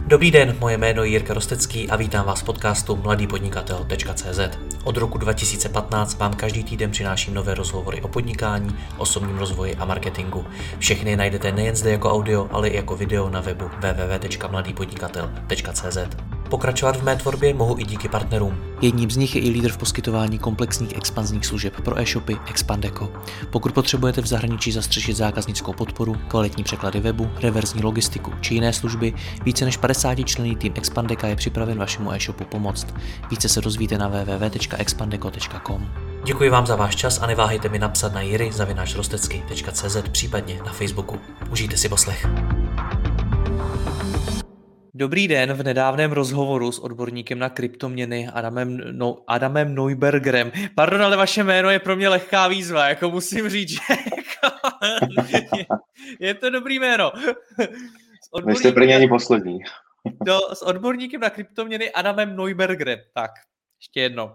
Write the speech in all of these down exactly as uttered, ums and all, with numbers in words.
Dobrý den, moje jméno je Jirka Rostecký a vítám vás v podcastu mladý podnikatel tečka cé zet. Od roku dva tisíce patnáct vám každý týden přináším nové rozhovory o podnikání, osobním rozvoji a marketingu. Všechny najdete nejen zde jako audio, ale i jako video na webu w w w tečka mladý podnikatel tečka cé zet. Pokračovat v mé tvorbě mohu i díky partnerům. Jedním z nich je i lídr v poskytování komplexních expanzních služeb pro e-shopy Expandeco. Pokud potřebujete v zahraničí zastřešit zákaznickou podporu, kvalitní překlady webu, reverzní logistiku či jiné služby, více než padesátičlenný tým Expandeca je připraven vašemu e-shopu pomoct. Více se dozvíte na w w w tečka expandeco tečka com. Děkuji vám za váš čas a neváhejte mi napsat na jiry zavináč rostecky tečka cé zet, případně na Facebooku. Užijte si poslech. Dobrý den, v nedávném rozhovoru s odborníkem na kryptoměny Adamem, no, Adamem Neubergerem. Pardon, ale vaše jméno je pro mě lehká výzva, jako musím říct, že je, je to dobrý jméno. Vy jste pro ně ani poslední. No, s odborníkem na kryptoměny Adamem Neubergerem. Tak, ještě jedno.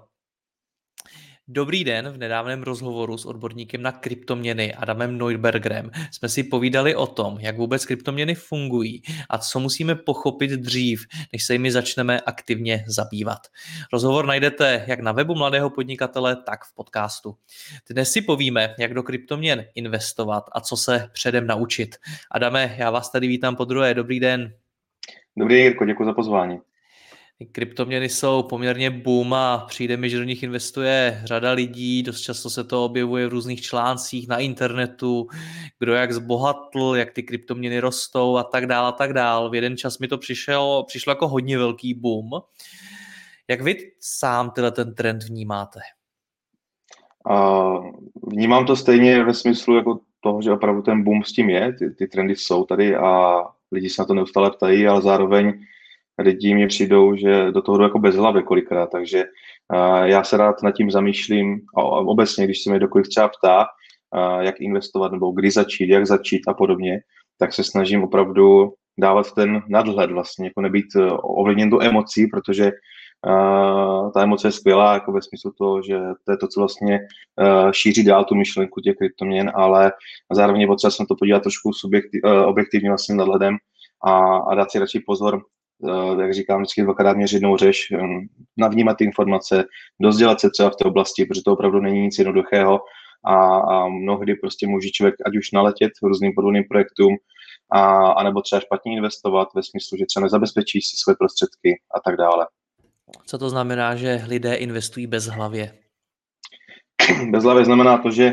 Dobrý den, v nedávném rozhovoru s odborníkem na kryptoměny Adamem Neubergerem jsme si povídali o tom, jak vůbec kryptoměny fungují a co musíme pochopit dřív, než se jimi začneme aktivně zabývat. Rozhovor najdete jak na webu Mladého podnikatele, tak v podcastu. Dnes si povíme, jak do kryptoměn investovat a co se předem naučit. Adame, já vás tady vítám podruhé. Dobrý den. Dobrý, Jirko, děkuji za pozvání. Kryptoměny jsou poměrně boom a přijde mi, že do nich investuje řada lidí, dost často se to objevuje v různých článcích na internetu, kdo jak zbohatl, jak ty kryptoměny rostou a tak dál a tak dál. V jeden čas mi to přišlo, přišlo jako hodně velký boom. Jak vy sám tyhle ten trend vnímáte? Uh, vnímám to stejně ve smyslu jako toho, že opravdu ten boom s tím je, ty, ty trendy jsou tady a lidi se na to neustále ptají, ale zároveň lidi mi přijdou, že do toho jdu jako bez hlavy kolikrát, takže uh, já se rád nad tím zamýšlím a obecně, když se mě kdokoliv třeba ptá, uh, jak investovat nebo kdy začít, jak začít a podobně, tak se snažím opravdu dávat ten nadhled vlastně, jako nebýt uh, ovlivněn do emocí, protože uh, ta emoce je skvělá, jako ve smyslu toho, že to je to, co vlastně uh, šíří dál tu myšlenku těch kryptoměn, ale zároveň je potřeba se na to podívat trošku subjektiv, uh, objektivně vlastně nadhledem a, a dát si radši pozor, Uh, jak říkám, vždycky dvakrát měřit jednou řeš, um, navnímat ty informace, dozdělat se třeba v té oblasti, protože to opravdu není nic jednoduchého a, a mnohdy prostě může člověk ať už naletět různým podvodným projektům, a, a nebo třeba špatně investovat ve smyslu, že třeba nezabezpečí si své prostředky a tak dále. Co to znamená, že lidé investují bezhlavě? Bezhlavě znamená to, že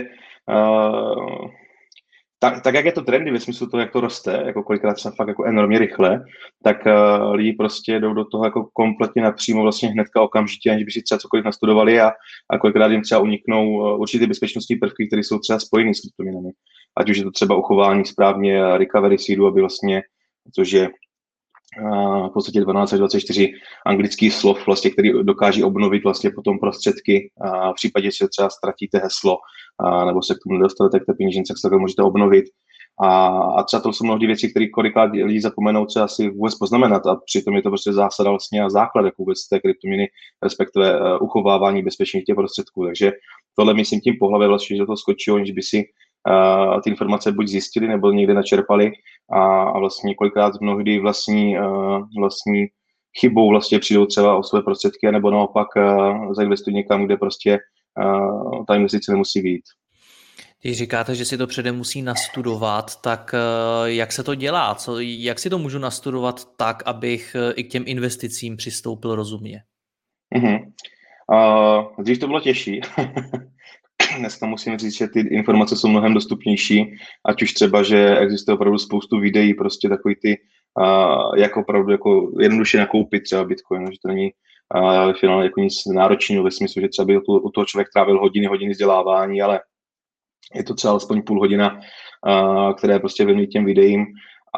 uh, Tak, tak jak je to trendy ve smyslu toho, jak to roste, jako kolikrát třeba fakt jako enormně rychle, tak uh, lidi prostě jdou do toho jako kompletně napřímo vlastně hnedka okamžitě, aniž by si třeba cokoliv nastudovali a, a kolikrát jim třeba uniknou uh, určité bezpečnostní prvky, které jsou třeba spojené s kryptoměnami. Ať už je to třeba uchování správně recovery seedu, aby vlastně, což je uh, v podstatě dvanáct až dvacet čtyři anglických slov, vlastně, který dokáží obnovit vlastně potom prostředky a v případě, že třeba ztratíte heslo a, nebo se k tomu nedostanete k té penížence, tak se to můžete obnovit. A, a třeba to jsou mnohdy věci, které kolikrát lidi zapomenou třeba si vůbec poznamenat a přitom je to prostě zásada vlastně a základ jako vůbec té kryptoměny, respektive uh, uchovávání bezpečných těch prostředků. Takže tohle myslím tím po hlavě vlastně, že do toho skočilo, než by si uh, ty informace buď zjistili nebo někde načerpali a, a vlastně kolikrát mnohdy vlastní, uh, vlastní chybou vlastně přijdou třeba o své prostředky nebo naopak uh, zainvestují někam, kde prostě uh, ta investice nemusí být. Když říkáte, že si to předem musí nastudovat, tak jak se to dělá? Co, jak si to můžu nastudovat tak, abych i k těm investicím přistoupil rozumně? Uh-huh. Uh, dřív to bylo těžší. Dneska musím říct, že ty informace jsou mnohem dostupnější, ať už třeba, že existuje opravdu spoustu videí, prostě takový ty, uh, jak opravdu jako jednoduše nakoupit třeba Bitcoin, že to není uh, v finále jako nic náročného ve smyslu, že třeba by u toho člověk trávil hodiny, hodiny vzdělávání, ale je to třeba alespoň půl hodina, uh, které prostě věnují těm videím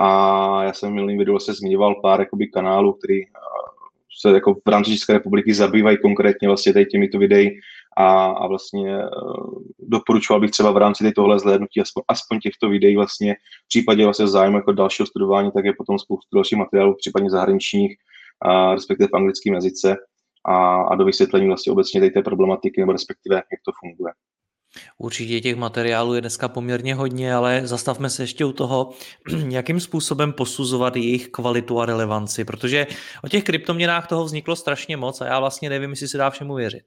a já jsem v minulém videu se zmiňoval pár jakoby kanálů, který uh, se jako v rámci České republiky zabývají konkrétně vlastně tady těmito videí a, a vlastně uh, doporučoval bych třeba v rámci tady tohle zhlédnutí aspoň, aspoň těchto videí vlastně v případě vlastně zájmu jako dalšího studování, tak je potom spoustu dalších materiálů, případně zahraničních, uh, respektive v anglickém jazyce a, a do vysvětlení vlastně obecně tady té problematiky nebo respektive jak to funguje. Určitě těch materiálů je dneska poměrně hodně, ale zastavme se ještě u toho, jakým způsobem posuzovat jejich kvalitu a relevanci, protože o těch kryptoměnách toho vzniklo strašně moc a já vlastně nevím, jestli se dá všemu věřit.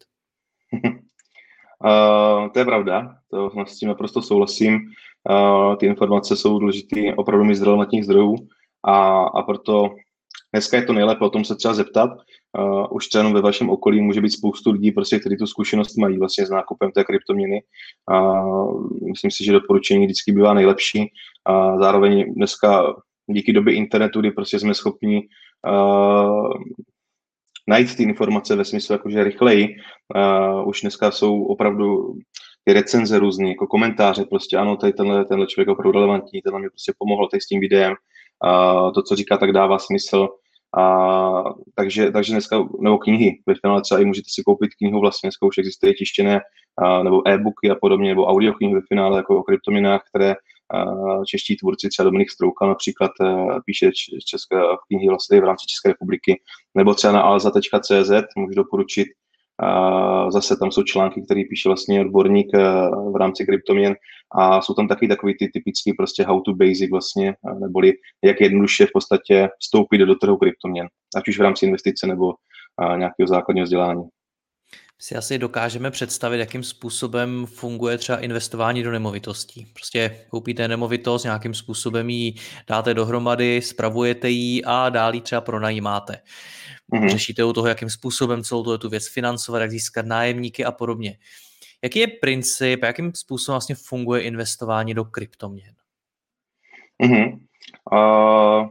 Uh, to je pravda, to s tím naprosto souhlasím. Uh, ty informace jsou důležité opravdu mít z relevantních zdrojů a, a proto dneska je to nejlépe o tom se třeba zeptat. Uh, už třeba ve vašem okolí může být spoustu lidí, prostě, kteří tu zkušenost mají vlastně s nákupem té kryptoměny. Uh, myslím si, že doporučení vždycky bývá nejlepší. A zároveň dneska díky době internetu, kdy prostě jsme schopni uh, najít ty informace ve smyslu jakože rychleji. Uh, už dneska jsou opravdu ty recenze různý, jako komentáře, prostě ano, tady tenhle, tenhle člověk je opravdu relevantní, tenhle mi prostě pomohl tady s tím videem, uh, to, co říká, tak dává smysl. Uh, takže, takže dneska, nebo knihy, ve finále třeba i můžete si koupit knihu, vlastně dneska už existuje tištěné, uh, nebo e-booky a podobně, nebo audioknihy ve finále, jako o kryptoměnách, které čeští tvůrci, třeba Dominik Strouka například píše české knihy vlastně v rámci České republiky, nebo třeba na alza tečka cé zet můžu doporučit. Zase tam jsou články, které píše vlastně odborník v rámci kryptoměn a jsou tam taky takový ty typický prostě how to basic vlastně, neboli jak jednoduše v podstatě vstoupit do trhu kryptoměn, ať už v rámci investice nebo nějakého základního vzdělání. Si asi dokážeme představit, jakým způsobem funguje třeba investování do nemovitostí. Prostě koupíte nemovitost, nějakým způsobem ji dáte dohromady, spravujete ji a dál ji třeba pronajímáte. Mm-hmm. Řešíte u toho, jakým způsobem celou tu věc financovat, jak získat nájemníky a podobně. Jaký je princip, jakým způsobem vlastně funguje investování do kryptoměn? Mm-hmm. Uh...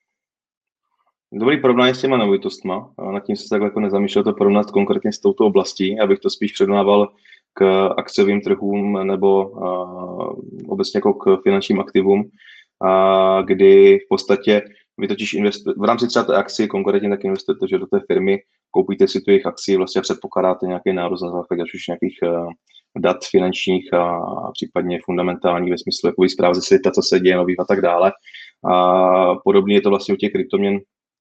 Dobrý porovnání s těma nemovitostma. Nad tím se takhle jako nezamýšlel to porovnat konkrétně s touto oblastí, abych to spíš přednával k akciovým trhům nebo uh, obecně jako k finančním aktivům, uh, kdy v podstatě vy totiž investujete, v rámci třeba té akcie konkrétně tak investujete, že do té firmy koupíte si tu jejich akci, vlastně předpokládáte nějaký nárůst na základě už nějakých uh, dat finančních a, a případně fundamentální ve smyslu jakoby zpráv ze světa, co se děje nových a tak dále. A podobně je to vlastně u těch kryptoměn,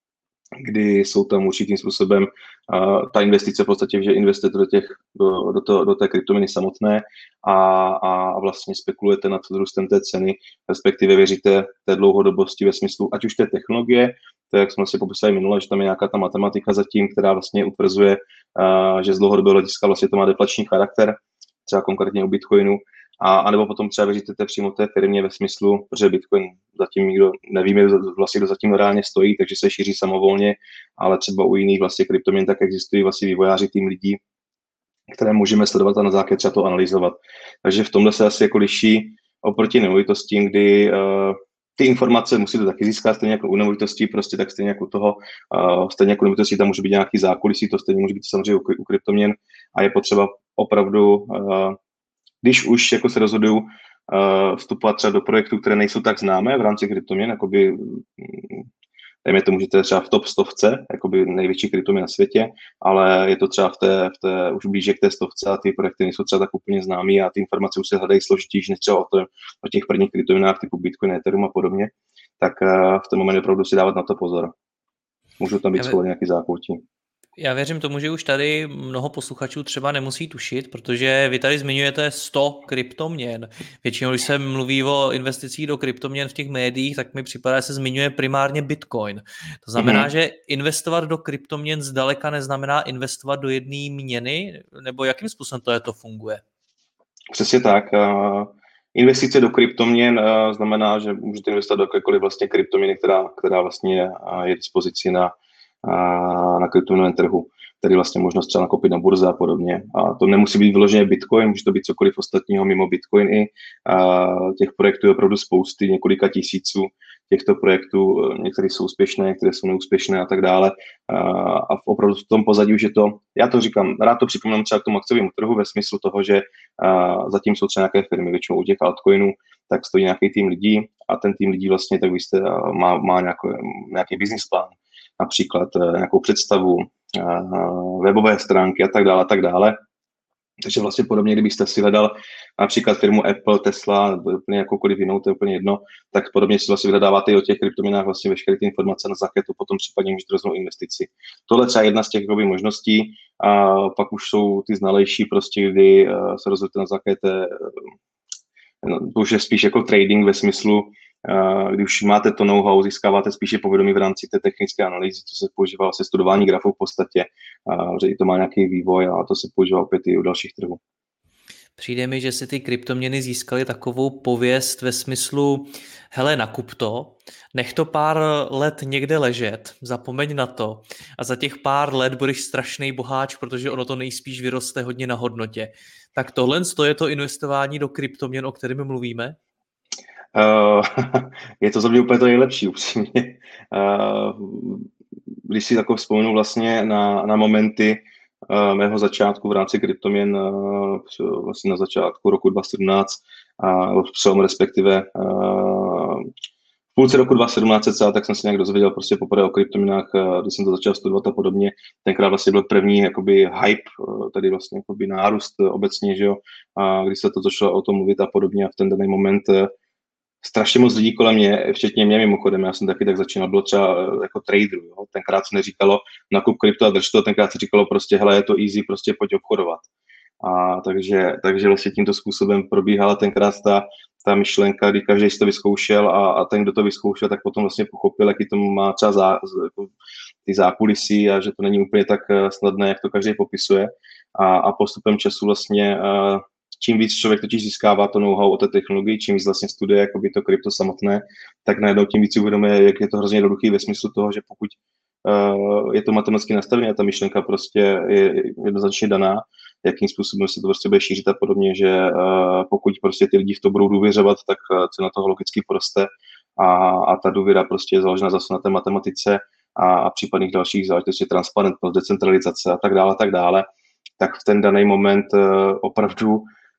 kdy jsou tam určitým způsobem uh, ta investice v podstatě, že investujete do, těch, do, do, to, do té kryptoměny samotné a, a vlastně spekulujete nad růstem té ceny, respektive věříte té dlouhodobosti ve smyslu, ať už té technologie, to jak jsme si popisali minule, že tam je nějaká ta matematika zatím, která vlastně utvrzuje, uh, že z dlouhodobého hlediska vlastně to má deflační charakter, třeba konkrétně u Bitcoinu, a, a nebo potom třeba věříte přímo té firmě ve smyslu, že Bitcoin zatím nikdo nevíme vlastně, kdo zatím reálně stojí, takže se šíří samovolně, ale třeba u jiných vlastně kryptoměn tak existují vlastně vývojáři, tým lidí, které můžeme sledovat a na základě třeba to analyzovat. Takže v tomhle se asi jako liší oproti nemovitostím, kdy uh, ty informace musíte taky získat, stejně jako u nemovitostí, prostě tak stejně jako u toho, uh, stejně jako u nemovitostí, tam může být nějaký zákulisí, to stejně může být samozřejmě u, u kryptoměn a je potřeba opravdu uh, když už jako se rozhoduju uh, vstupovat třeba do projektů, které nejsou tak známé v rámci kryptoměn, jakoby, dejme tomu, že to je třeba v top stovce, jakoby největší kryptoměn na světě, ale je to třeba v té, v té, už blíže k té stovce a ty projekty nejsou třeba tak úplně známý a ty informace už se hledají složitější než třeba o, to, o těch prvních kryptoměnách typu Bitcoin, Ethereum a podobně, tak uh, v ten moment opravdu si dávat na to pozor. Můžou tam být schovat nějaký zákoutí. Já věřím tomu, že už tady mnoho posluchačů třeba nemusí tušit, protože vy tady zmiňujete sto kryptoměn. Většinou, když se mluví o investicích do kryptoměn v těch médiích, tak mi připadá, že se zmiňuje primárně Bitcoin. To znamená, mm-hmm. že investovat do kryptoměn zdaleka neznamená investovat do jedné měny, nebo jakým způsobem to, je, to funguje? Přesně tak. Investice do kryptoměn znamená, že můžete investovat do jakékoliv vlastně kryptoměny, která, která vlastně je dispozici na na kryptoměnovém trhu, tedy vlastně možnost třeba nakoupit na burze a podobně. A to nemusí být vyloženě Bitcoin, může to být cokoliv ostatního mimo Bitcoin i. A těch projektů je opravdu spousty, několika tisíců těchto projektů, některé jsou úspěšné, některé jsou neúspěšné a tak dále. A opravdu v tom pozadí už je to, já to říkám, rád to připomínám třeba k tomu akciovému trhu ve smyslu toho, že zatím jsou třeba nějaké firmy, většinou u těch altcoinů, tak stojí nějaký tým lidí a ten tým lidí vlastně, tak vy jste, má, má nějaký, nějaký business plán, například nějakou představu, webové stránky a tak dále, a tak dále. Takže vlastně podobně, kdybyste si hledal například firmu Apple, Tesla, nebo úplně jakoukoliv jinou, to je úplně jedno, tak podobně si vlastně vyhledáváte i o těch kryptoměnách vlastně veškeré ty informace na základě to potom případně můžete rozhodnout investici. Tohle je třeba jedna z těch jakoby, možností, a pak už jsou ty znalejší prostě, kdy uh, se rozhodujete na základě té, uh, no, to už je spíš jako trading ve smyslu, Uh, když už máte to know-how, získáváte spíše povědomí v rámci té technické analýzy, co se používá vlastně studování grafů v podstatě, uh, že i to má nějaký vývoj a to se používá opět i u dalších trhů. Přijde mi, že si ty kryptoměny získaly takovou pověst ve smyslu, hele, nakup to, nech to pár let někde ležet, zapomeň na to a za těch pár let budeš strašný boháč, protože ono to nejspíš vyroste hodně na hodnotě. Tak tohle je to investování do kryptoměn, o kterém mluvíme? Uh, je to za mě úplně to nejlepší, upřímně. Uh, když si takovou vzpomenu vlastně na, na momenty uh, mého začátku v rámci kryptoměn uh, vlastně na začátku roku dva tisíce sedmnáct a uh, přelom respektive uh, v půlce roku dva tisíce sedmnáct cca, tak jsem se nějak dozvěděl prostě poprvé o kryptoměnách, uh, když jsem to začal studovat a podobně. Tenkrát vlastně byl první jakoby hype, uh, tady vlastně jakoby nárůst uh, obecně, že jo, a když se to začalo o tom mluvit a podobně a v ten daný moment uh, strašně moc lidí kolem mě, včetně mě mimochodem, já jsem taky tak začínal, bylo třeba jako trader, jo. Tenkrát se neříkalo nakup krypto a drž to, tenkrát se říkalo prostě, hele, je to easy, prostě pojď obchodovat. A takže, takže vlastně tímto způsobem probíhala tenkrát ta, ta myšlenka, kdy každý si to vyzkoušel a, a ten, kdo to vyzkoušel, tak potom vlastně pochopil, jaký to má třeba zá, jako ty zákulisí a že to není úplně tak snadné, jak to každý popisuje. A, a postupem času vlastně uh, čím víc člověk totiž získává to know-how o té technologii, čím víc vlastně studuje jakoby to krypto samotné, tak najednou tím víc si uvědomuje, jak je to hrozně jednoduchý ve smyslu toho, že pokud uh, je to matematicky nastavené a ta myšlenka prostě je jednoznačně daná, jakým způsobem se to prostě bude šířit a podobně, že uh, pokud prostě ty lidi v to budou důvěřovat, tak uh, cena toho logicky poroste a, a ta důvěra prostě je založena zase na té matematice a, a případných dalších záležitostí, transparentnost, decentralizace a tak dále, tak dále, tak v ten daný moment uh, opravdu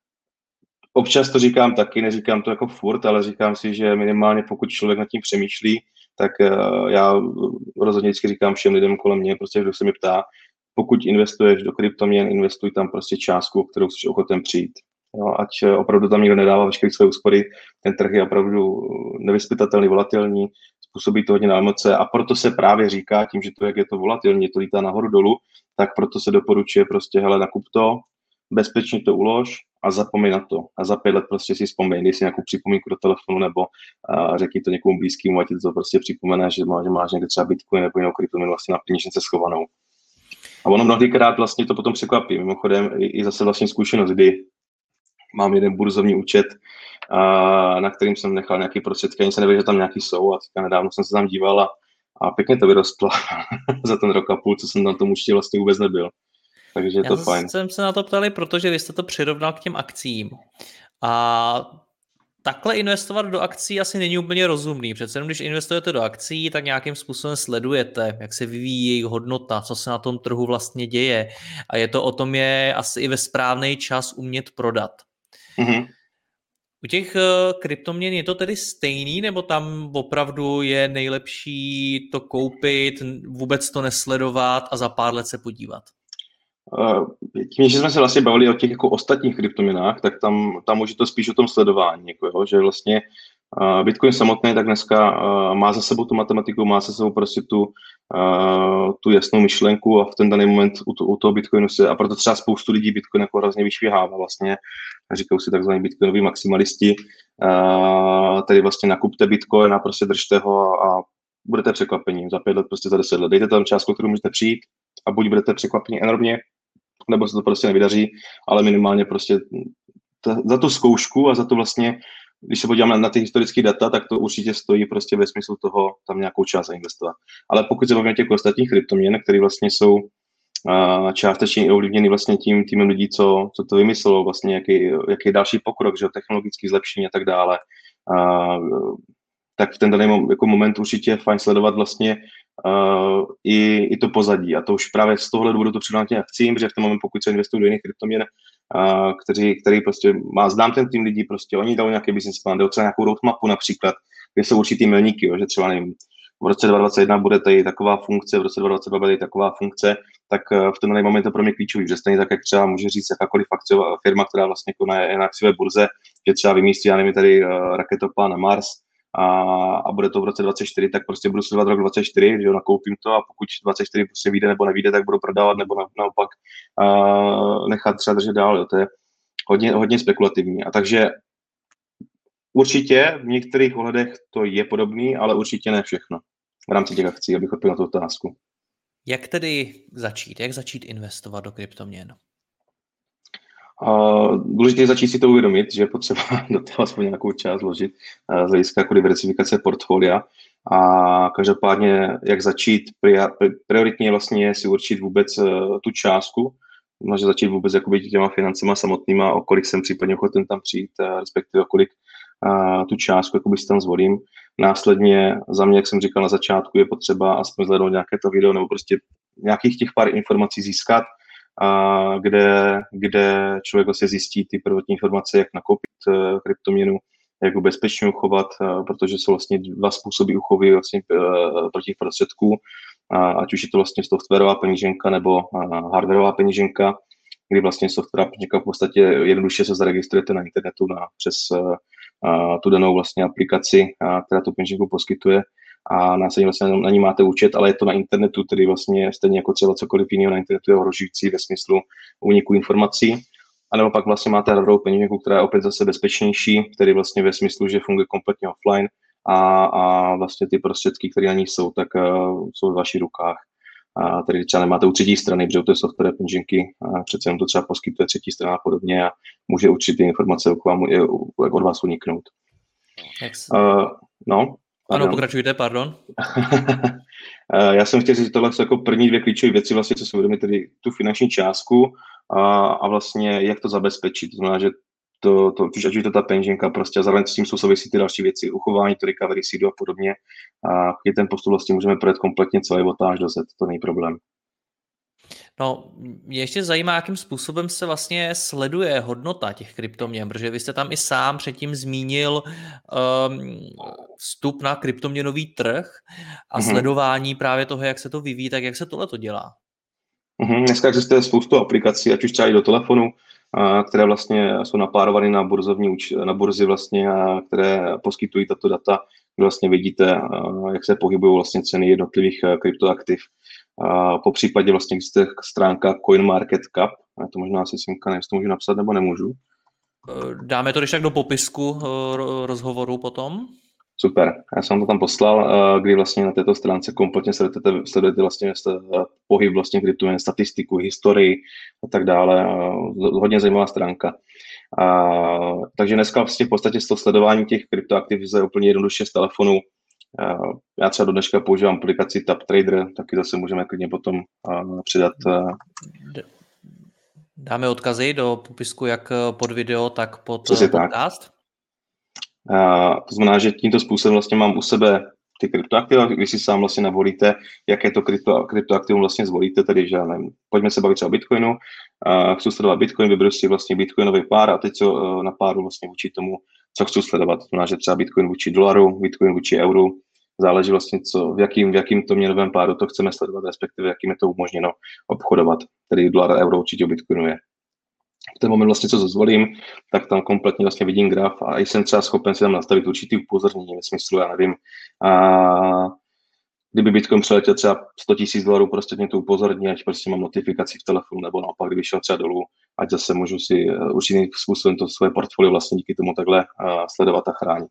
občas to říkám taky, neříkám to jako furt, ale říkám si, že minimálně pokud člověk nad tím přemýšlí, tak uh, já rozhodně vždycky říkám všem lidem kolem mě, prostě kdo se mě ptá, pokud investuješ do kryptoměn, investuj tam prostě částku, o kterou jsi ochoten přijít. Jo, ať opravdu tam někdo nedává veškeré své úspory, ten trh je opravdu nevyzpytatelný, volatilní, způsobí to hodně na emoce a proto se právě říká, tím, že to, jak je to volatilní, to lítá nahoru dolů, tak proto se doporučuje prostě, hele, nakup to, bezpečně to ulož a zapomeň na to. A za pět let prostě si vzpomeň, dej si nějakou připomínku do telefonu nebo uh, řekni to někomu blízkému, ať ti to prostě připomene, že, má, že máš někde třeba Bitcoin nebo jinou kryptoměnu vlastně na peněžence schovanou. A ono mnohdykrát vlastně to potom překvapí. Mimochodem i, i zase vlastně zkušenost, kdy mám jeden burzovní účet, uh, na kterým jsem nechal nějaký prostředky, ani se nevěděl, že tam nějaký jsou a teďka nedávno jsem se tam díval a, a pěkně to vyrostlo za ten rok a půl, co jsem na tom účtě vlastně vůbec nebyl. Takže je to Já fajn. jsem se na to ptali, protože vy jste to přirovnal k těm akcím. A takhle investovat do akcí asi není úplně rozumný. Přece jenom, když investujete do akcí, tak nějakým způsobem sledujete, jak se vyvíjí jejich hodnota, co se na tom trhu vlastně děje. A je to o tom, je asi i ve správný čas umět prodat. Mm-hmm. U těch uh, kryptoměn je to tedy stejný, nebo tam opravdu je nejlepší to koupit, vůbec to nesledovat a za pár let se podívat? Tím, že jsme se vlastně bavili o těch jako ostatních kryptoměnách, tak tam, tam už je to spíš o tom sledování, jako jo, že vlastně uh, Bitcoin samotný tak dneska uh, má za sebou tu matematiku, má za sebou prostě tu, uh, tu jasnou myšlenku a v ten daný moment u, to, u toho Bitcoinu se, a proto třeba spoustu lidí Bitcoin jako hrozně vyšvihává vlastně, říkají si takzvaní bitcoinoví maximalisti, uh, tedy vlastně nakupte Bitcoin a prostě držte ho a, a budete překvapení za pět let, prostě za deset let. Dejte tam částku, kterou můžete přijít a buď budete překvapení enormně, nebo se to prostě nevydaří, ale minimálně prostě ta, za tu zkoušku a za to vlastně, když se podíváme na, na ty historické data, tak to určitě stojí prostě ve smyslu toho tam nějakou část zainvestovat. Ale pokud se bavíme těch ostatních kryptoměn, které vlastně jsou uh, částečně ovlivněny vlastně tím týmem lidí, co, co to vymyslelo, vlastně jaký, jaký je další pokrok, že technologický zlepšení a tak dále, uh, tak v ten daný jako moment určitě je fajn sledovat vlastně uh, i, i to pozadí. A to už právě z tohohle důvodu to přidám těm akcím, že v ten moment, pokud se investují do jiných kryptoměn, uh, kteří, který prostě má, znám ten tým lidí, prostě oni dají nějaký business plan, dají třeba nějakou roadmapu například, kde jsou určitý milníky, jo, že třeba nevím, v roce dva tisíce dvacet jedna bude tady taková funkce, v roce dva tisíce dvacet dva bude tady taková funkce, tak v ten daný moment je to pro mě klíčový, že stejně tak, jak třeba může říct jakákoliv akciová firma, která vlastně je na akciové burze, že třeba vymístí, já nevím, tady raketoplán na Mars, A, a bude to v roce dvacet čtyři, tak prostě budu sledovat rok dvacet čtyři, že jo, nakoupím to a pokud dvacet čtyři prostě vyjde nebo nevyjde, tak budu prodávat nebo na, naopak uh, nechat třeba držet dál, jo. To je hodně, hodně spekulativní. A takže určitě v některých ohledech to je podobný, ale určitě ne všechno v rámci těch akcí, abych odpověděl na tu otázku. Jak tedy začít? Jak začít investovat do kryptoměn? Uh, důležité je začít si to uvědomit, že je potřeba do toho aspoň nějakou část vložit uh, z hlediska jako diversifikace portfolia. A každopádně, jak začít, prioritně vlastně je si určit vůbec uh, tu částku, může začít vůbec jakoby těma financema samotnýma, o kolik jsem případně ochoten tam přijít, uh, respektive o kolik uh, tu částku jakoby si tam zvolím. Následně za mě, jak jsem říkal na začátku, je potřeba aspoň zhlédnout nějaké to video nebo prostě nějakých těch pár informací získat, a kde, kde člověk vlastně zjistí ty prvotní informace, jak nakoupit uh, kryptoměnu, jak ho bezpečně uchovat, uh, protože jsou vlastně dva způsoby uchovy vlastně, uh, proti prostředků, uh, ať už je to vlastně softwarová peníženka nebo uh, hardwarová peníženka, kdy vlastně softwarová peníženka v podstatě jednoduše se zaregistrujete na internetu na, přes uh, uh, tu danou vlastně aplikaci, uh, která tu peníženku poskytuje, a následně vlastně na ní máte účet, ale je to na internetu, tedy vlastně stejně jako třeba cokoliv jiného na internetu je ohrožující ve smyslu úniku informací. A nebo pak vlastně máte hardwarovou peněženku, která je opět zase bezpečnější, tedy vlastně ve smyslu, že funguje kompletně offline a, a vlastně ty prostředky, které na ní jsou, tak uh, jsou v vašich rukách. A tedy třeba nemáte u třetí strany, protože to je software peněženky, a přece jenom to třeba poskytuje třetí strana a podobně a může určitě informace k vám, od vás uniknout. Uh, no. Ano, pokračujte, pardon. Já jsem chtěl říct, že tohle jsou jako první dvě klíčové věci, vlastně, co si uvědomit, tedy tu finanční částku a, a vlastně jak to zabezpečit. To znamená, že to, to, ať už to ta peněženka prostě a zároveň s tím jsou souvisí ty další věci, uchování, to recovery seedu a podobně. A když ten postup vlastně můžeme projet kompletně celý od A až do Z, to není problém. No, mě ještě zajímá, jakým způsobem se vlastně sleduje hodnota těch kryptoměn, protože vy jste tam i sám předtím zmínil um, vstup na kryptoměnový trh a mm-hmm. sledování právě toho, jak se to vyvíjí, tak jak se tohle to dělá? Mm-hmm. Dneska existuje spoustu aplikací, ať už třeba i do telefonu, a, které vlastně jsou napárované na burzovní na burzi vlastně, a, které poskytují tato data, kde vlastně vidíte, a, jak se pohybují vlastně ceny jednotlivých a, kryptoaktiv. A po případě vlastně existuje stránka CoinMarketCap, já to možná asi Simka, nevím, to můžu napsat nebo nemůžu. Dáme to když tak do popisku rozhovoru potom. Super, já jsem to tam poslal, kdy vlastně na této stránce kompletně sledujete, sledujete vlastně pohyb vlastně kryptoměn, statistiku, historii a tak dále. Hodně zajímavá stránka. A, takže dneska vlastně v podstatě z toho sledování těch kryptoaktiv je úplně jednoduše z telefonu. Já třeba do dneška používám aplikaci TapTrader, taky zase můžeme klidně potom přidat. Dáme odkazy do popisku jak pod video, tak pod Přesně podcast. Tak. Uh, to znamená, že tímto způsobem vlastně mám u sebe ty kryptoaktiva, vy si sám vlastně navolíte, jaké to krypto, kryptoaktivum vlastně zvolíte, tedy že nevím, pojďme se bavit třeba o Bitcoinu, uh, chci sledovat Bitcoin, vyberu si vlastně Bitcoinový pár a teď co uh, na páru vlastně vůči tomu, co chci sledovat. To znamená, že třeba Bitcoin vůči dolaru, Bitcoin vůči euru, záleží vlastně, co, v jakým, v jakým to měnovém páru to chceme sledovat, respektive jakým je to umožněno obchodovat, tedy dolar a euro určitě u Bitcoinu je. V ten moment vlastně, co zvolím, tak tam kompletně vlastně vidím graf a jsem třeba schopen si tam nastavit určitý upozornění ve smyslu, já nevím, a kdyby Bitcoin přeletěl třeba sto tisíc dolarů, prostě mě to upozorní, ať prostě mám notifikaci v telefonu, nebo naopak, kdyby šel třeba dolů, ať zase můžu si určitým způsobem to svoje portfolio vlastně díky tomu takhle sledovat a chránit.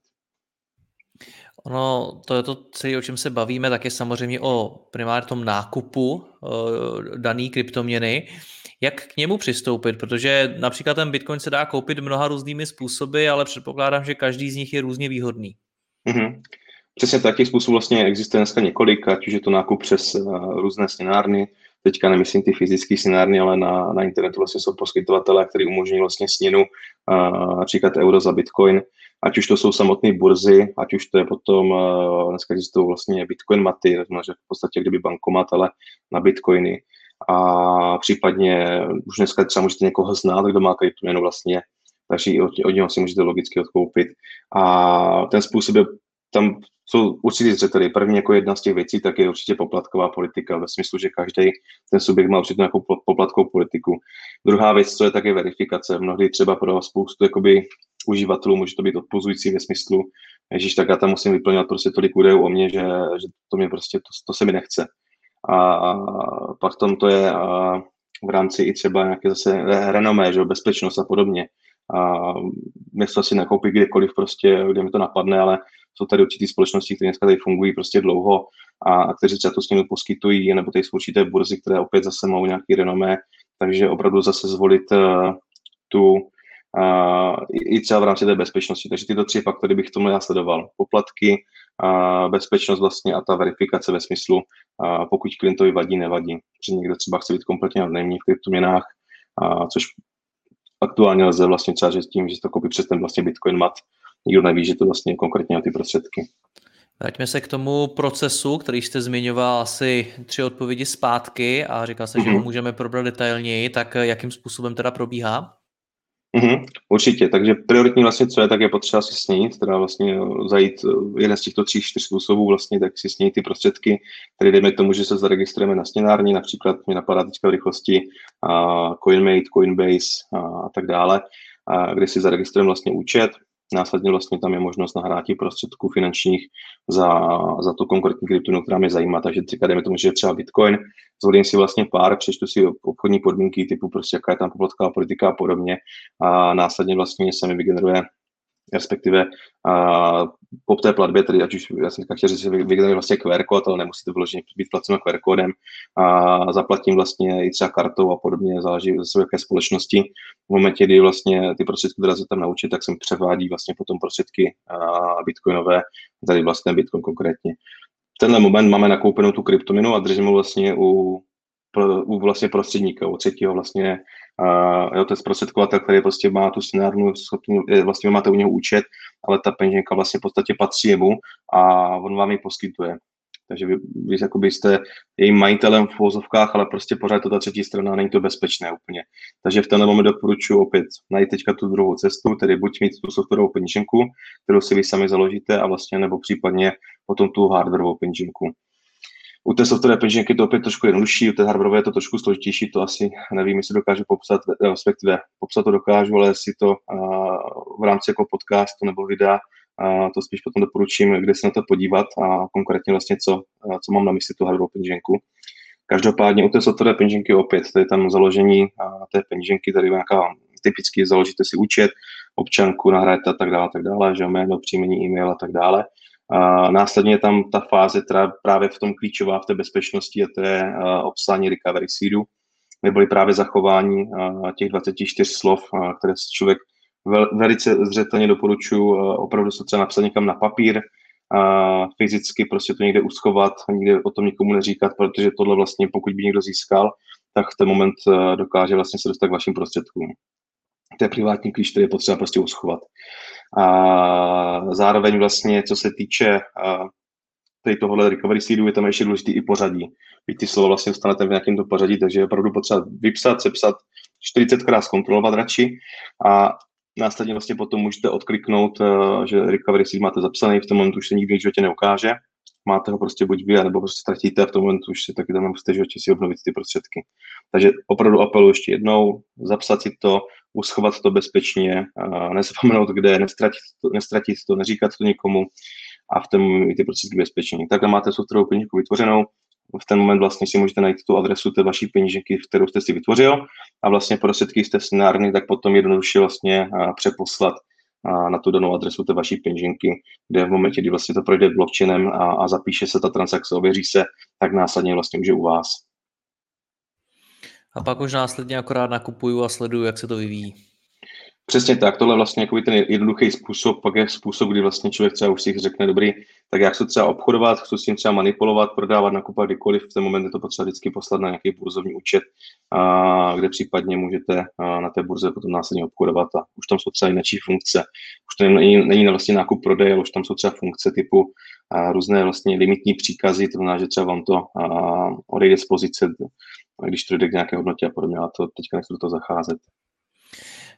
Ono, to je to celé, o čem se bavíme, tak je samozřejmě o primárně tom nákupu daný kryptoměny. Jak k němu přistoupit, protože například ten Bitcoin se dá koupit mnoha různými způsoby, ale předpokládám, že každý z nich je různě výhodný. Mm-hmm. Přesně takých způsobů vlastně existuje dneska několik, ať už je to nákup přes uh, různé směnárny, teďka nemyslím ty fyzické směnárny, ale na, na internetu vlastně jsou poskytovatelé, kteří umožní vlastně směnu uh, například euro za Bitcoin, ať už to jsou samotné burzy, ať už to je potom, uh, dneska existují vlastně Bitcoin maty, to znamená, že v podstatě kdyby bankomat, ale na Bitcoiny. A případně už dneska třeba můžete někoho znát, kdo má kryptoměnu vlastně, takže od, od něho si můžete logicky odkoupit. A ten způsob je tam jsou určitě zřetely. První jako jedna z těch věcí, tak je určitě poplatková politika, ve smyslu, že každý ten subjekt má určitě nějakou poplatkovou politiku. Druhá věc, co je také verifikace. Mnohdy třeba pro spoustu jakoby, uživatelů může to být odpuzující ve smyslu, ježiš, tak já tam musím vyplňovat prostě tolik údajů o mně, že, že to mě prostě, to, to se mi nechce. A, a pak tom to je a v rámci i třeba nějaké zase renomé, že, bezpečnost a podobně. A nechci asi nakoupit kdekoliv prostě, kde mi to napadne, ale jsou tady určitý společnosti, které dneska tady fungují prostě dlouho a, a kteří třeba tu směnu poskytují, nebo tady jsou určité burzy, které opět zase mají nějaký renomé, takže opravdu zase zvolit uh, tu uh, i třeba v rámci té bezpečnosti. Takže tyto tři faktory bych tomu já sledoval. Poplatky, uh, bezpečnost vlastně a ta verifikace ve smyslu, uh, pokud klientovi vadí, nevadí. Že někdo třeba chce být kompletně anonymní v kryptoměnách, uh, což aktuálně lze vlastně třeba, že s tím, že to koupí přes ten vlastně Bitcoin mat, nikdo neví, že to vlastně je konkrétně na ty prostředky. Vraťme se k tomu procesu, který jste zmiňoval asi tři odpovědi zpátky a říkal jste, mm-hmm. že ho můžeme probrat detailněji, tak jakým způsobem teda probíhá? Mm-hmm, určitě, takže prioritní vlastně, co je, tak je potřeba si snít, teda vlastně zajít jeden z těchto tří, čtyř způsobů vlastně, tak si snít ty prostředky, které dejme tomu, že se zaregistrujeme na směnární, například mi napadá teďka v rychlosti uh, CoinMate, Coinbase uh, a tak dále, uh, kde si zaregistrujeme vlastně účet. Následně vlastně tam je možnost nahrátí prostředků finančních za, za tu konkrétní kryptonu, která mě zajímá. Takže teďka dejme tomu, že je třeba Bitcoin, zvolím si vlastně pár, přečtu si obchodní podmínky typu prostě jaká je tam poplatková politika a podobně a následně vlastně se mi vygeneruje respektive uh, po té platbě, tedy ať už já jsem chtěl říct, že vygeneruje vlastně Q R kód, ale nemusí to vyloženě být placeno Q R kódem a zaplatím vlastně i třeba kartou a podobně, záleží zase jaké společnosti. V momentě, kdy vlastně ty prostředky dorazí tam na účet, tak jsem převádí vlastně potom prostředky uh, bitcoinové, tady vlastně Bitcoin konkrétně. V tenhle moment máme nakoupenou tu kryptominu a držíme vlastně u Pro, u vlastně prostředníka, u třetího vlastně, uh, jo, to je zprostředkovatel, který prostě má tu scenárnu, vlastně máte u něho účet, ale ta peněženka vlastně v podstatě patří jemu a on vám ji poskytuje. Takže vy, vy jakoby jste jejím majitelem v uvozovkách, ale prostě pořád to ta třetí strana, není to bezpečné úplně. Takže v tenhle moment doporučuji opět najít teďka tu druhou cestu, tedy buď mít tu softwarovou peněženku, kterou si vy sami založíte a vlastně nebo případně potom tu hardwarovou peněženku. U té softwarové peněženky to opět trošku jednodušší, u té hardwareové je to trošku složitější, to asi nevím, jestli dokážu popsat, respektive popsat to dokážu, ale si to uh, v rámci jako podcastu nebo videa, uh, to spíš potom doporučím, kde se na to podívat a konkrétně vlastně co, uh, co mám na mysli tu hardwarovou peněženku. Každopádně u té softwarové peněženky opět, to je tam založení uh, té peněženky, tady nějaká typicky založíte si účet, občanku, nahrajete a tak dále, tak dále, že jméno, příjmení, e-mail a tak dále. Uh, následně je tam ta fáze, která právě v tom klíčová v té bezpečnosti, a to je uh, obsání recovery seedu, neboli právě zachování uh, těch dvacet čtyři slov, uh, které člověk vel, velice zřetelně doporučuji uh, opravdu se třeba napsat někam na papír, uh, fyzicky prostě to někde uschovat, nikde o tom nikomu neříkat, protože tohle vlastně, pokud by někdo získal, tak v ten moment uh, dokáže vlastně se dostat k vašim prostředkům. To je privátní klíč, který je potřeba prostě uschovat. A zároveň vlastně, co se týče uh, tady tohohle recovery seedu, je tam ještě důležitý i pořadí. Vy ty slova vlastně dostanete v nějakém to pořadí, takže je opravdu potřeba vypsat, sepsat, čtyřicetkrát zkontrolovat radši a následně vlastně potom můžete odkliknout, uh, že recovery seed máte zapsaný, v tom momentu už se nikdy v životě neukáže. Máte ho prostě buď vy, nebo prostě ztratíte a v tom momentu už si taky tam nemusíte životě si obnovit ty prostředky. Takže opravdu apeluji ještě jednou, zapsat si to, uschovat to bezpečně, nezapomenout kde, nestratit to, nestratit to, neříkat to nikomu a v tom mít ty prostředky bezpečně. Takhle máte softwarovou peněženku vytvořenou, v ten moment vlastně si můžete najít tu adresu té vaší peněženky, kterou jste si vytvořil a vlastně prostředky jste scenárny, tak potom jednoduše vlastně přeposlat na tu danou adresu té vaší peněženky, kde v momentě, kdy vlastně to projde blockchainem a, a zapíše se ta transakce, ověří se, tak následně vlastně už je u vás. A pak už následně akorát nakupuju a sleduju, jak se to vyvíjí. Přesně tak, tohle vlastně jako ten jednoduchý způsob, pak je způsob, kdy vlastně člověk třeba už si řekne, dobrý, tak jak se třeba obchodovat, chci s tím třeba manipulovat, prodávat, nakupovat kdykoliv, v ten moment je to potřeba vždycky poslat na nějaký burzovní účet, a, kde případně můžete a, na té burze potom následně obchodovat a už tam jsou třeba jiné funkce. Už to není, není vlastně nákup prodej, ale už tam jsou třeba funkce typu a, různé vlastně limitní příkazy, to znamená, že třeba vám to a, odejde z pozice, když to jde k nějaké hodnotě a podobně, a to teďka nechci do toho zacházet.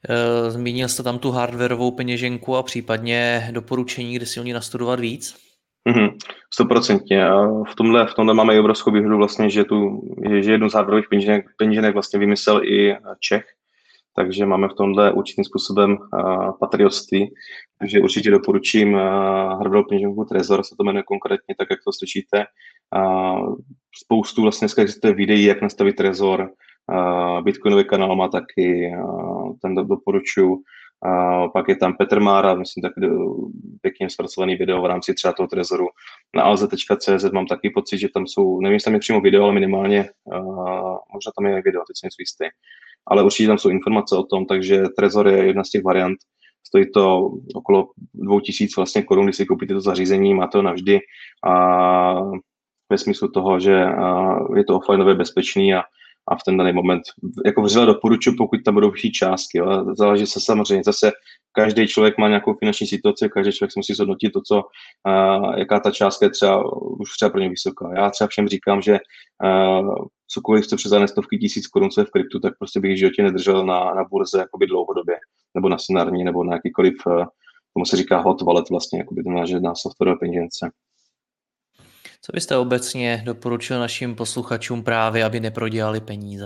Zmínil jste tam tu hardwarovou peněženku a případně doporučení, kde si o ní nastudovat víc? Mhm, stoprocentně. A v tomhle, v tomhle máme i obrovskou výhodu vlastně, že, tu, že jednu z hardwarových peněženek, peněženek vlastně vymyslel i Čech, takže máme v tomhle určitým způsobem uh, patriotství, takže určitě doporučím uh, hardwarovou peněženku Trezor, se to jmenuje konkrétně, tak jak to slyšíte. Uh, spoustu vlastně dneska existuje videí, jak nastavit Trezor, uh, Bitcoinový kanál má taky, uh, ten doporučuji. A pak je tam Petr Mára, myslím, tak pěkně zpracovaný video v rámci třeba toho Trezoru. Na alze tečka cé zet mám taky pocit, že tam jsou, nevím, jestli tam je přímo video, ale minimálně, uh, možná tam je video, teď jsem si jistý. Ale určitě tam jsou informace o tom, takže Trezor je jedna z těch variant. Stojí to okolo dvou tisíc vlastně korun, když si koupíte to zařízení, máte ho navždy. A ve smyslu toho, že uh, je to offlineové bezpečný a a v ten daný moment, jako vřele doporučuji, pokud tam budou vyšší částky. Jo. Záleží se samozřejmě, zase každý člověk má nějakou finanční situaci, každý člověk si musí zhodnotit to, co, uh, jaká ta částka je třeba, už třeba pro ně vysoká. Já třeba všem říkám, že uh, cokoliv, co přes stovky tisíc korun, co je v kryptu, tak prostě bych v životě nedržel na, na burze jakoby dlouhodobě, nebo na scenární, nebo na jakýkoliv, uh, tomu se říká hot wallet vlastně, jakoby to znamená, že na softwarové peněžence. Co byste obecně doporučil našim posluchačům právě, aby neprodělali peníze?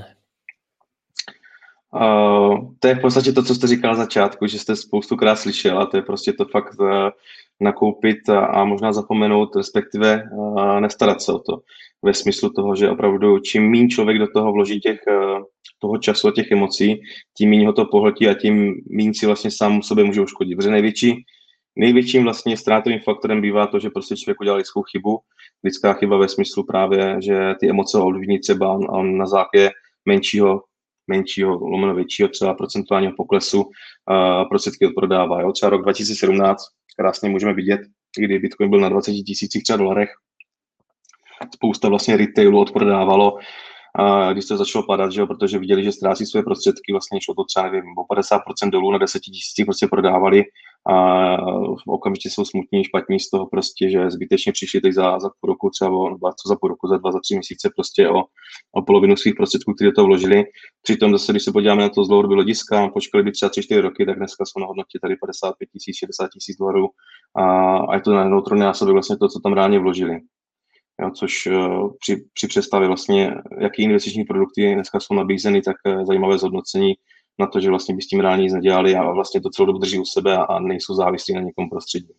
Uh, to je v podstatě to, co jste říkal na začátku, že jste spoustukrát slyšel a to je prostě to fakt uh, nakoupit a, a možná zapomenout, respektive uh, nestarat se o to. Ve smyslu toho, že opravdu čím méně člověk do toho vloží těch, uh, toho času a těch emocí, tím méně ho to pohltí a tím méně si vlastně sám sobě může uškodit. Protože největší, největším vlastně ztrátovým faktorem bývá to, že prostě člověk udělal lidskou chybu. Lidská chyba ve smyslu právě, že ty emoce ovlivní třeba on, on na základě menšího menšího, lomeno většího třeba procentuálního poklesu uh, prostředky odprodává. Jo? Třeba rok dva tisíce sedmnáct, krásně můžeme vidět, kdy Bitcoin byl na dvacet tisících třeba dolarech. Spousta vlastně retailu odprodávalo, uh, když to začalo padat, že jo? Protože viděli, že ztrácí své prostředky, vlastně šlo to třeba, nevím, o padesát procent dolů na deset tisících prostě prodávali a okamžitě jsou smutní, špatní z toho prostě, že zbytečně přišli teď za, za půl roku, třeba o, co za půl roku, za dva, za tři měsíce prostě o, o polovinu svých prostředků, které do toho vložili. Přitom zase, když se podíváme na to z dlouhodobého hlediska, počkali by třeba tři čtyři roky, tak dneska jsou na hodnotě tady padesát pět tisíc, šedesát tisíc dolarů a, a je to najednou trojnásobek vlastně to, co tam reálně vložili. Jo, což uh, při, při představě vlastně, jaký investiční produkty dneska jsou nabízeny, tak uh, zajímavé zhodnocení na to, že vlastně by s tím reálně nic nedělali a vlastně to celou dobu drží u sebe a, a nejsou závislí na někom prostředí.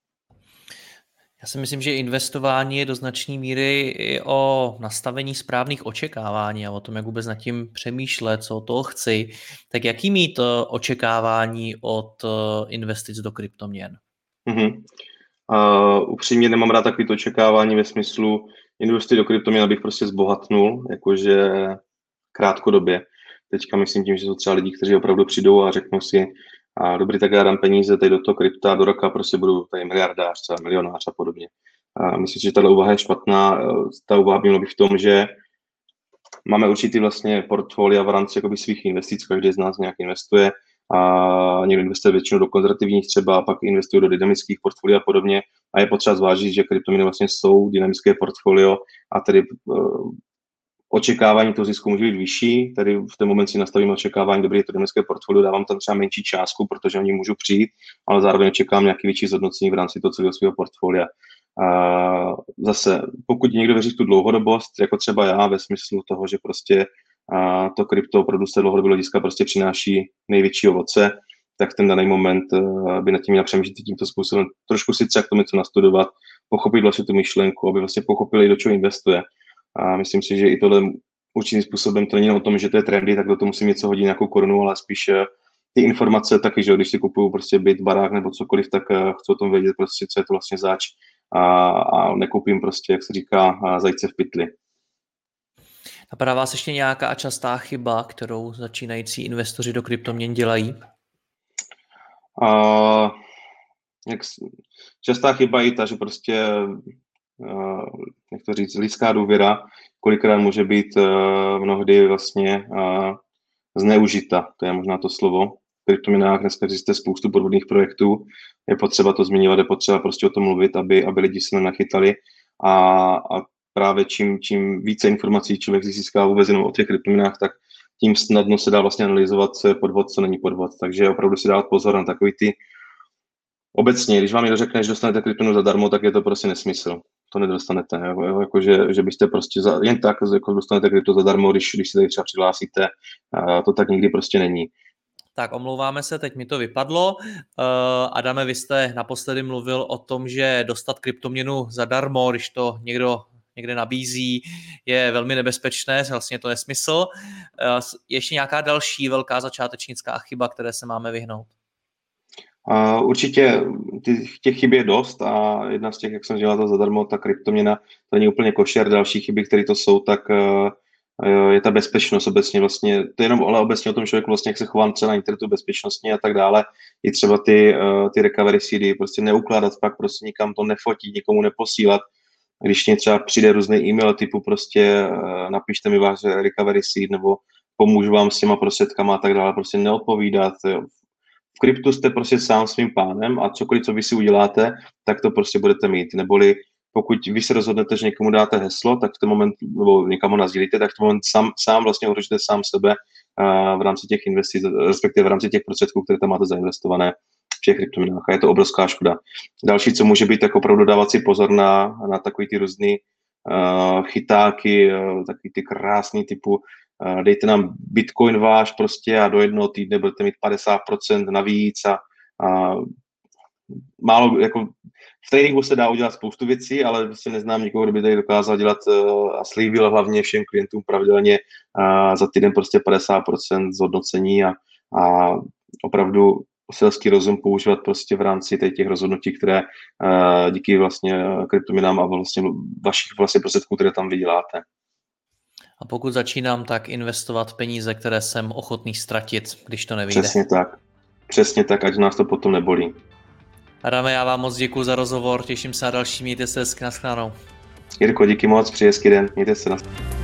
Já si myslím, že investování je do značné míry i o nastavení správných očekávání a o tom, jak vůbec nad tím přemýšlet, co od toho chci. Tak jaký mít očekávání od investic do kryptoměn? Mm-hmm. Uh, upřímně nemám rád takový to očekávání ve smyslu investuji do kryptoměn, abych prostě zbohatnul, jakože krátkodobě. Teďka myslím tím, že jsou třeba lidi, kteří opravdu přijdou a řeknou si, a dobrý, tak já dám peníze tady do toho krypta, do roka prostě budu tady miliardář, třeba milionář a podobně. A myslím si, že tato úvaha je špatná. Ta úvaha by měla být v tom, že máme určitý vlastně portfolia v rámci jakoby svých investic, každý z nás nějak investuje a někdo investuje většinou do konzervativních třeba, a pak investuje do dynamických portfolií a podobně. A je potřeba zvážit, že kryptoměny vlastně jsou dynamické portfolio a tedy uh, očekávání toho zisku může být vyšší, tady v ten moment si nastavím očekávání, dobrý, je to dynamické portfolio, dávám tam třeba menší částku, protože oni můžu přijít, ale zároveň očekávám nějaký větší zhodnocení v rámci toho celého svého portfolia. A zase, pokud někdo věří v tu dlouhodobost, jako třeba já, ve smyslu toho, že prostě a to krypto opravdu se dlouhodobého hlediska prostě přináší největší ovoce, tak v ten daný moment by nad tím měl přemýšlet tímto způsobem. Trošku si třeba k tomu něco nastudovat, pochopit vlastně tu myšlenku, aby vlastně pochopili, do čeho investuje. A myslím si, že i tohle určitým způsobem to není o tom, že to je trendy, tak do toho musím něco hodit nějakou korunu, ale spíš ty informace taky, že když si kupuju prostě byt, barák nebo cokoliv, tak chci o tom vědět prostě, co je to vlastně zač a, a nekoupím prostě, jak se říká, zajce v pytli. Napadá vás ještě nějaká častá chyba, kterou začínající investoři do kryptoměn dělají? A, jak, častá chyba je ta, že prostě Uh, jak to říct, lidská důvěra, kolikrát může být uh, mnohdy vlastně uh, zneužita, to je možná to slovo. V kryptoměnách dneska existuje spoustu podvodných projektů, je potřeba to zmiňovat, je potřeba prostě o tom mluvit, aby, aby lidi se nenachytali a, a právě čím, čím více informací člověk získá vůbec jenom o těch kryptoměnách, tak tím snadno se dá vlastně analyzovat, co je podvod, co není podvod. Takže opravdu si dát pozor na takový ty obecně, když vám někdo řekne, že dostanete kryptoměnu zadarmo, tak je to prostě nesmysl. To nedostanete. Jako, jako že, že byste prostě za, jen tak jako dostanete krypto zadarmo, když, když se tady třeba přihlásíte. A to tak nikdy prostě není. Tak omlouváme se, teď mi to vypadlo. Uh, Adame, vy jste naposledy mluvil o tom, že dostat kryptoměnu zadarmo, když to někdo někde nabízí, je velmi nebezpečné, vlastně je to nesmysl. Uh, ještě nějaká další velká začátečnická chyba, které se máme vyhnout? Uh, určitě ty, těch chyb je dost a jedna z těch, jak jsem dělal to zadarmo, ta kryptoměna, to není úplně košer. Další chyby, které to jsou, tak uh, je ta bezpečnost obecně vlastně, to je jenom ale obecně o tom člověku vlastně, jak se chovám třeba na internetu bezpečnostně a tak dále. I třeba ty, uh, ty recovery C D, prostě neukládat pak, prostě nikam to nefotit, nikomu neposílat. Když mě třeba přijde různý e-mail typu prostě uh, napište mi váš recovery seed nebo pomůžu vám s těma prostředkama a tak dále, prostě neodpovídat. Jo. V kryptu jste prostě sám svým pánem a cokoliv, co vy si uděláte, tak to prostě budete mít. Neboli pokud vy se rozhodnete, že někomu dáte heslo, tak v ten moment, nebo někomu nazdílíte, tak v ten moment sám, sám vlastně ohrožíte sám sebe uh, v rámci těch investic, respektive v rámci těch prostředků, které tam máte zainvestované v těch kryptoměnách. A je to obrovská škoda. Další, co může být, tak opravdu dávat si pozor na, na takový ty různý uh, chytáky, uh, takový ty krásný typu uh, dejte nám bitcoin váš prostě a do jednoho týdne budete mít padesát procent navíc a, a málo, jako v tradingu se dá udělat spoustu věcí, ale prostě neznám nikoho, kdo by tady dokázal dělat uh, a slíbil hlavně všem klientům pravidelně uh, za týden prostě padesát procent zhodnocení a, a opravdu selský rozum používat prostě v rámci těch rozhodnutí, které uh, díky vlastně kryptoměnám a vlastně vašich vlastně prostředků, které tam vyděláte. A pokud začínám, tak investovat peníze, které jsem ochotný ztratit, když to nevyjde. Přesně tak. Přesně tak, ať nás to potom nebolí. Adame, já vám moc děkuji za rozhovor, těším se na další, mějte se hezky, nashledanou. Jirko, díky moc, přeji hezký den, mějte se, nashledanou.